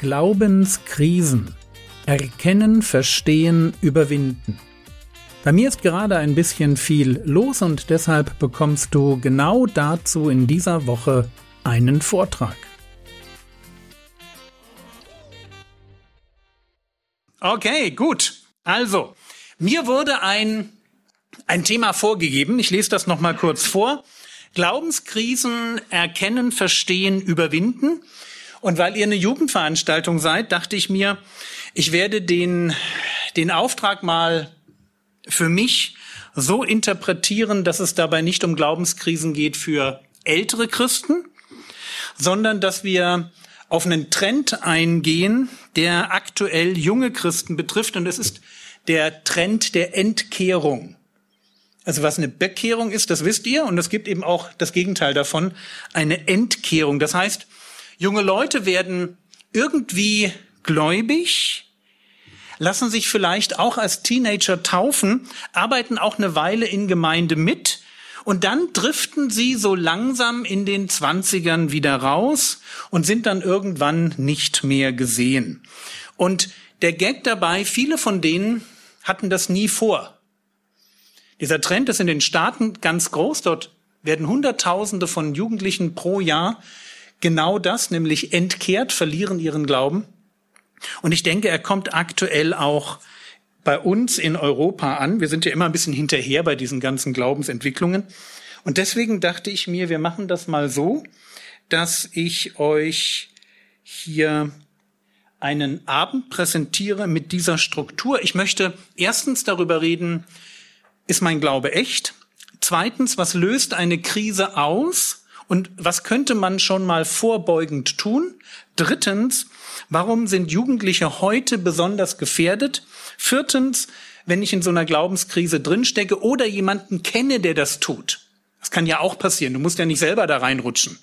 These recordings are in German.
Glaubenskrisen. Erkennen, verstehen, überwinden. Bei mir ist gerade ein bisschen viel los und deshalb bekommst du genau dazu in dieser Woche einen Vortrag. Okay, gut. Also, mir wurde ein Thema vorgegeben. Ich lese das nochmal kurz vor. Glaubenskrisen erkennen, verstehen, überwinden. Und weil ihr eine Jugendveranstaltung seid, dachte ich mir, ich werde den Auftrag mal für mich so interpretieren, dass es dabei nicht um Glaubenskrisen geht für ältere Christen, sondern dass wir auf einen Trend eingehen, der aktuell junge Christen betrifft. Und es ist der Trend der Entkehrung. Also was eine Bekehrung ist, das wisst ihr. Und es gibt eben auch das Gegenteil davon, eine Entkehrung. Das heißt, junge Leute werden irgendwie gläubig, lassen sich vielleicht auch als Teenager taufen, arbeiten auch eine Weile in Gemeinde mit und dann driften sie so langsam in den 20ern wieder raus und sind dann irgendwann nicht mehr gesehen. Und der Gag dabei, viele von denen hatten das nie vor. Dieser Trend ist in den Staaten ganz groß. Dort werden Hunderttausende von Jugendlichen pro Jahr genau das, nämlich entkehrt, verlieren ihren Glauben. Und ich denke, er kommt aktuell auch bei uns in Europa an. Wir sind ja immer ein bisschen hinterher bei diesen ganzen Glaubensentwicklungen. Und deswegen dachte ich mir, wir machen das mal so, dass ich euch hier einen Abend präsentiere mit dieser Struktur. Ich möchte erstens darüber reden, ist mein Glaube echt? Zweitens, was löst eine Krise aus? Und was könnte man schon mal vorbeugend tun? Drittens, warum sind Jugendliche heute besonders gefährdet? Viertens, wenn ich in so einer Glaubenskrise drinstecke oder jemanden kenne, der das tut. Das kann ja auch passieren. Du musst ja nicht selber da reinrutschen.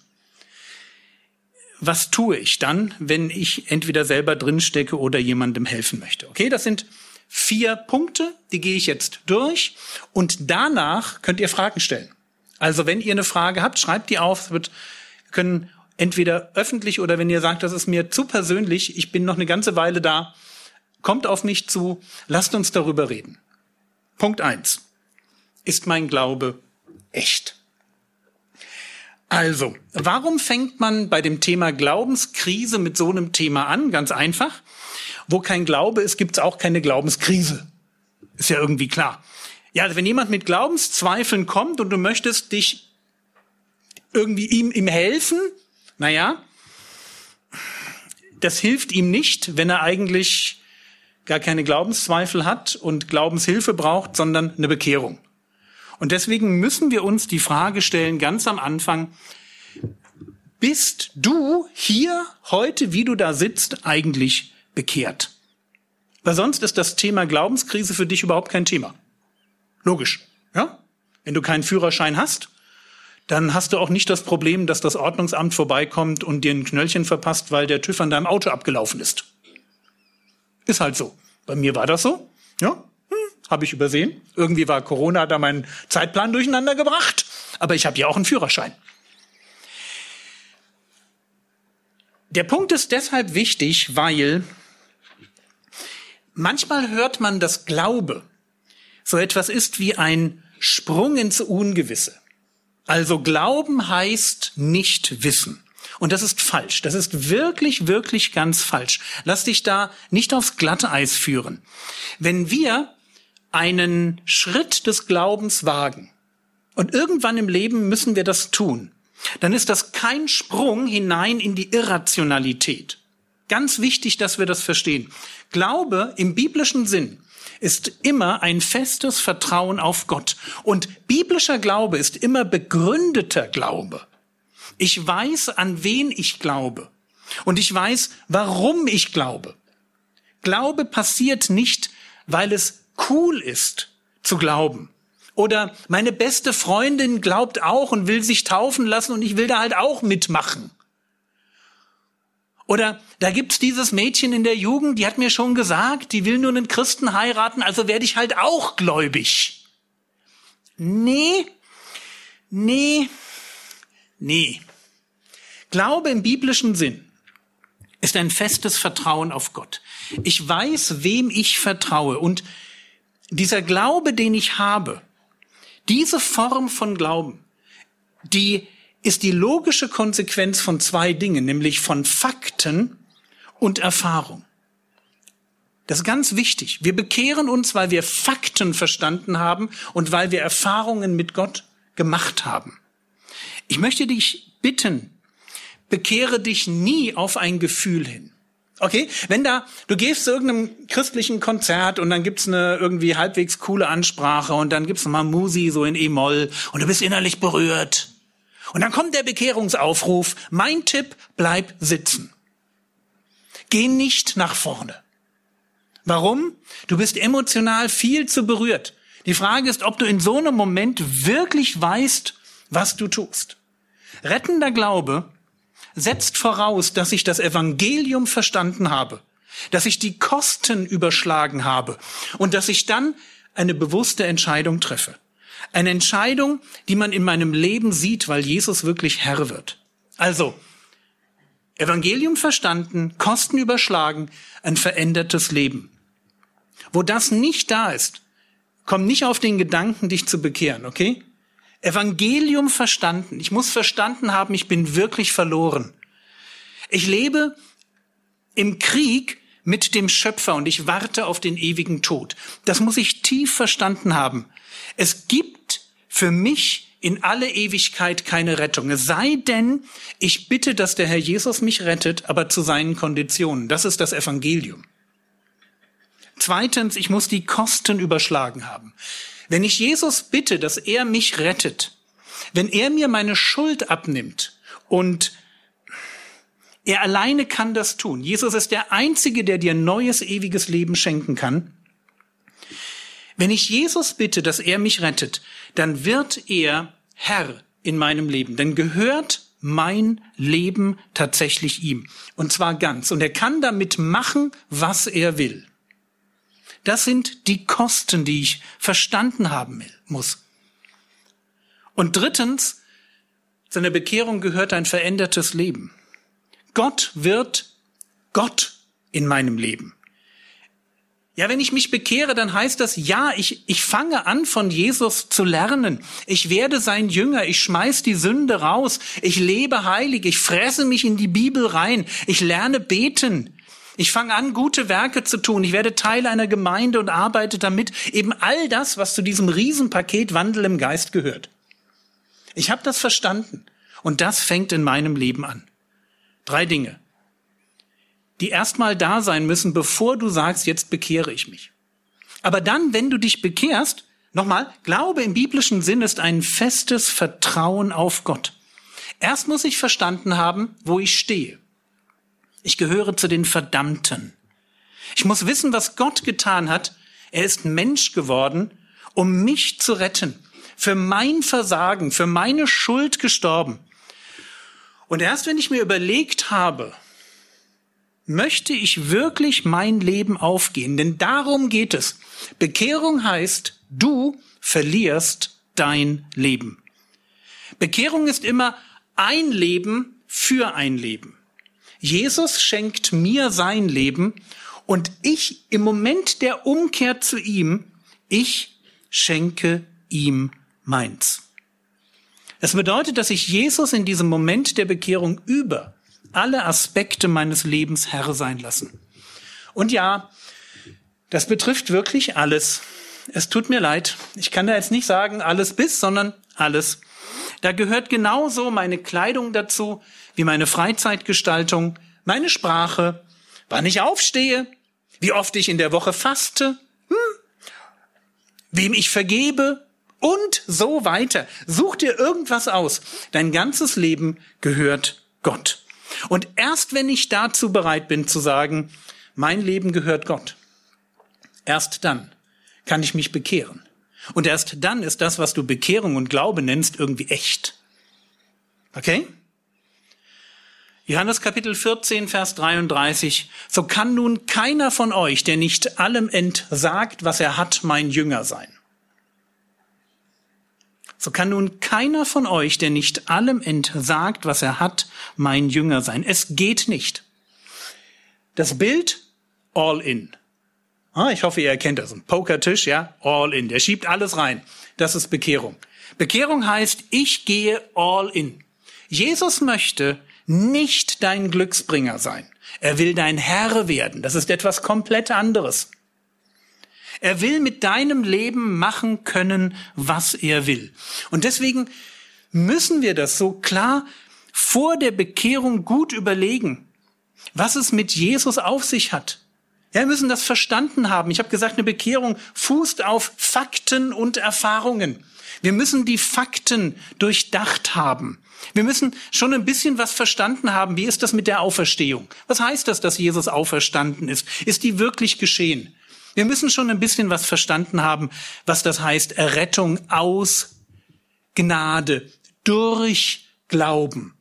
Was tue ich dann, wenn ich entweder selber drinstecke oder jemandem helfen möchte? Okay, das sind 4 Punkte, die gehe ich jetzt durch. Und danach könnt ihr Fragen stellen. Also wenn ihr eine Frage habt, schreibt die auf. Wir können entweder öffentlich oder wenn ihr sagt, das ist mir zu persönlich, ich bin noch eine ganze Weile da, kommt auf mich zu, lasst uns darüber reden. Punkt 1. Ist mein Glaube echt? Also, warum fängt man bei dem Thema Glaubenskrise mit so einem Thema an? Ganz einfach. Wo kein Glaube ist, gibt es auch keine Glaubenskrise. Ist ja irgendwie klar. Ja, also wenn jemand mit Glaubenszweifeln kommt und du möchtest dich irgendwie ihm helfen, naja, das hilft ihm nicht, wenn er eigentlich gar keine Glaubenszweifel hat und Glaubenshilfe braucht, sondern eine Bekehrung. Und deswegen müssen wir uns die Frage stellen, ganz am Anfang, bist du hier heute, wie du da sitzt, eigentlich bekehrt? Weil sonst ist das Thema Glaubenskrise für dich überhaupt kein Thema. Logisch, ja? Wenn du keinen Führerschein hast, dann hast du auch nicht das Problem, dass das Ordnungsamt vorbeikommt und dir ein Knöllchen verpasst, weil der TÜV an deinem Auto abgelaufen ist. Ist halt so. Bei mir war das so, ja? Habe ich übersehen. Irgendwie war Corona da meinen Zeitplan durcheinander gebracht. Aber ich habe ja auch einen Führerschein. Der Punkt ist deshalb wichtig, weil manchmal hört man, dass Glaube so etwas ist wie ein Sprung ins Ungewisse. Also Glauben heißt nicht wissen. Und das ist falsch. Das ist wirklich, wirklich ganz falsch. Lass dich da nicht aufs Glatteis führen. Wenn wir einen Schritt des Glaubens wagen und irgendwann im Leben müssen wir das tun, dann ist das kein Sprung hinein in die Irrationalität. Ganz wichtig, dass wir das verstehen. Glaube im biblischen Sinn ist immer ein festes Vertrauen auf Gott. Und biblischer Glaube ist immer begründeter Glaube. Ich weiß, an wen ich glaube. Und ich weiß, warum ich glaube. Glaube passiert nicht, weil es cool ist zu glauben. Oder meine beste Freundin glaubt auch und will sich taufen lassen und ich will da halt auch mitmachen. Oder da gibt's dieses Mädchen in der Jugend, die hat mir schon gesagt, die will nur einen Christen heiraten, also werde ich halt auch gläubig. Nee. Glaube im biblischen Sinn ist ein festes Vertrauen auf Gott. Ich weiß, wem ich vertraue. Und dieser Glaube, den ich habe, diese Form von Glauben, die ist die logische Konsequenz von zwei Dingen, nämlich von Fakten und Erfahrung. Das ist ganz wichtig. Wir bekehren uns, weil wir Fakten verstanden haben und weil wir Erfahrungen mit Gott gemacht haben. Ich möchte dich bitten, bekehre dich nie auf ein Gefühl hin. Okay? Du gehst zu irgendeinem christlichen Konzert und dann gibt's eine irgendwie halbwegs coole Ansprache und dann gibt's mal Musi so in E-Moll und du bist innerlich berührt. Und dann kommt der Bekehrungsaufruf. Mein Tipp, bleib sitzen. Geh nicht nach vorne. Warum? Du bist emotional viel zu berührt. Die Frage ist, ob du in so einem Moment wirklich weißt, was du tust. Rettender Glaube setzt voraus, dass ich das Evangelium verstanden habe, dass ich die Kosten überschlagen habe und dass ich dann eine bewusste Entscheidung treffe. Eine Entscheidung, die man in meinem Leben sieht, weil Jesus wirklich Herr wird. Also, Evangelium verstanden, Kosten überschlagen, ein verändertes Leben. Wo das nicht da ist, komm nicht auf den Gedanken, dich zu bekehren, okay? Evangelium verstanden. Ich muss verstanden haben, ich bin wirklich verloren. Ich lebe im Krieg mit dem Schöpfer und ich warte auf den ewigen Tod. Das muss ich tief verstanden haben. Es gibt für mich in alle Ewigkeit keine Rettung. Es sei denn, ich bitte, dass der Herr Jesus mich rettet, aber zu seinen Konditionen. Das ist das Evangelium. Zweitens, ich muss die Kosten überschlagen haben. Wenn ich Jesus bitte, dass er mich rettet, wenn er mir meine Schuld abnimmt und er alleine kann das tun. Jesus ist der Einzige, der dir neues, ewiges Leben schenken kann. Wenn ich Jesus bitte, dass er mich rettet, dann wird er Herr in meinem Leben. Dann gehört mein Leben tatsächlich ihm. Und zwar ganz. Und er kann damit machen, was er will. Das sind die Kosten, die ich verstanden haben muss. Und drittens, zu einer Bekehrung gehört ein verändertes Leben. Gott wird Gott in meinem Leben. Ja, wenn ich mich bekehre, dann heißt das, ja, ich fange an, von Jesus zu lernen. Ich werde sein Jünger, ich schmeiß die Sünde raus, ich lebe heilig, ich fresse mich in die Bibel rein, ich lerne beten. Ich fange an, gute Werke zu tun. Ich werde Teil einer Gemeinde und arbeite damit. Eben all das, was zu diesem Riesenpaket Wandel im Geist gehört. Ich habe das verstanden. Und das fängt in meinem Leben an. 3 Dinge, die erstmal da sein müssen, bevor du sagst, jetzt bekehre ich mich. Aber dann, wenn du dich bekehrst, nochmal, Glaube im biblischen Sinn ist ein festes Vertrauen auf Gott. Erst muss ich verstanden haben, wo ich stehe. Ich gehöre zu den Verdammten. Ich muss wissen, was Gott getan hat. Er ist Mensch geworden, um mich zu retten. Für mein Versagen, für meine Schuld gestorben. Und erst wenn ich mir überlegt habe, möchte ich wirklich mein Leben aufgehen? Denn darum geht es. Bekehrung heißt, du verlierst dein Leben. Bekehrung ist immer ein Leben für ein Leben. Jesus schenkt mir sein Leben und ich im Moment der Umkehr zu ihm, ich schenke ihm meins. Das bedeutet, dass ich Jesus in diesem Moment der Bekehrung über alle Aspekte meines Lebens Herr sein lassen. Und ja, das betrifft wirklich alles. Es tut mir leid. Ich kann da jetzt nicht sagen, alles bis, sondern alles. Da gehört genauso meine Kleidung dazu, wie meine Freizeitgestaltung, meine Sprache, wann ich aufstehe, wie oft ich in der Woche faste, wem ich vergebe und so weiter. Such dir irgendwas aus. Dein ganzes Leben gehört Gott. Und erst wenn ich dazu bereit bin zu sagen, mein Leben gehört Gott, erst dann kann ich mich bekehren. Und erst dann ist das, was du Bekehrung und Glaube nennst, irgendwie echt. Okay? Johannes Kapitel 14, Vers 33. So kann nun keiner von euch, der nicht allem entsagt, was er hat, mein Jünger sein. So kann nun keiner von euch, der nicht allem entsagt, was er hat, mein Jünger sein. Es geht nicht. Das Bild, all in. Ich hoffe, ihr erkennt das. Ein Pokertisch, ja, all in. Der schiebt alles rein. Das ist Bekehrung. Bekehrung heißt, ich gehe all in. Jesus möchte nicht dein Glücksbringer sein. Er will dein Herr werden. Das ist etwas komplett anderes. Er will mit deinem Leben machen können, was er will. Und deswegen müssen wir das so klar vor der Bekehrung gut überlegen, was es mit Jesus auf sich hat. Ja, wir müssen das verstanden haben. Ich habe gesagt, eine Bekehrung fußt auf Fakten und Erfahrungen. Wir müssen die Fakten durchdacht haben. Wir müssen schon ein bisschen was verstanden haben. Wie ist das mit der Auferstehung? Was heißt das, dass Jesus auferstanden ist? Ist die wirklich geschehen? Wir müssen schon ein bisschen was verstanden haben, was das heißt, Errettung aus Gnade, durch Glauben.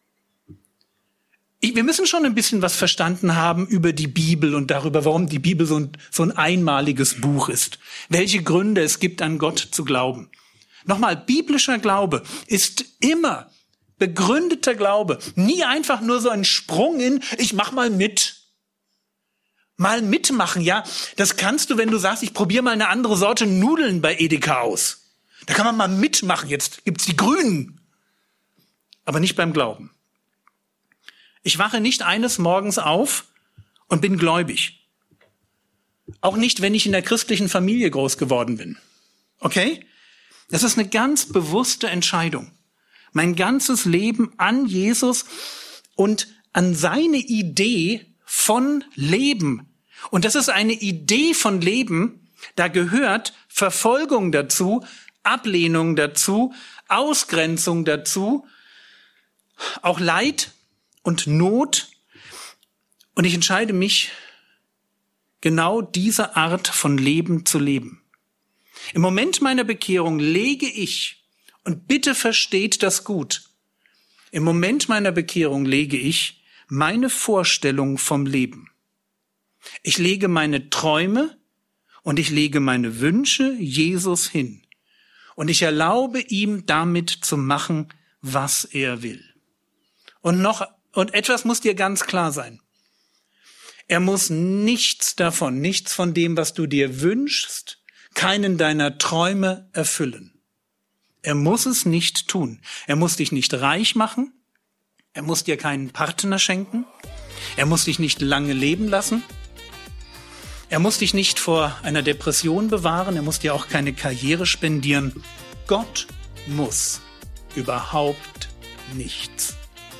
Wir müssen schon ein bisschen was verstanden haben über die Bibel und darüber, warum die Bibel so ein einmaliges Buch ist. Welche Gründe es gibt, an Gott zu glauben. Nochmal, biblischer Glaube ist immer begründeter Glaube. Nie einfach nur so ein Sprung in, ich mach mal mit. Mal mitmachen, ja. Das kannst du, wenn du sagst, ich probiere mal eine andere Sorte Nudeln bei Edeka aus. Da kann man mal mitmachen. Jetzt gibt's die Grünen. Aber nicht beim Glauben. Ich wache nicht eines Morgens auf und bin gläubig. Auch nicht, wenn ich in der christlichen Familie groß geworden bin. Okay? Das ist eine ganz bewusste Entscheidung. Mein ganzes Leben an Jesus und an seine Idee von Leben. Und das ist eine Idee von Leben, da gehört Verfolgung dazu, Ablehnung dazu, Ausgrenzung dazu, auch Leid und Not. Und ich entscheide mich, genau diese Art von Leben zu leben. Im Moment meiner Bekehrung lege ich, und bitte versteht das gut, im Moment meiner Bekehrung lege ich meine Vorstellung vom Leben. Ich lege meine Träume und ich lege meine Wünsche Jesus hin. Und ich erlaube ihm damit zu machen, was er will. Und etwas muss dir ganz klar sein. Er muss nichts von dem, was du dir wünschst, keinen deiner Träume erfüllen. Er muss es nicht tun. Er muss dich nicht reich machen. Er muss dir keinen Partner schenken. Er muss dich nicht lange leben lassen. Er muss dich nicht vor einer Depression bewahren. Er muss dir auch keine Karriere spendieren. Gott muss überhaupt nichts.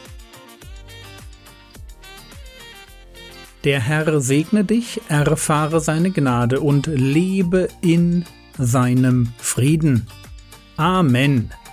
Der Herr segne dich, erfahre seine Gnade und lebe in seinem Frieden. Amen.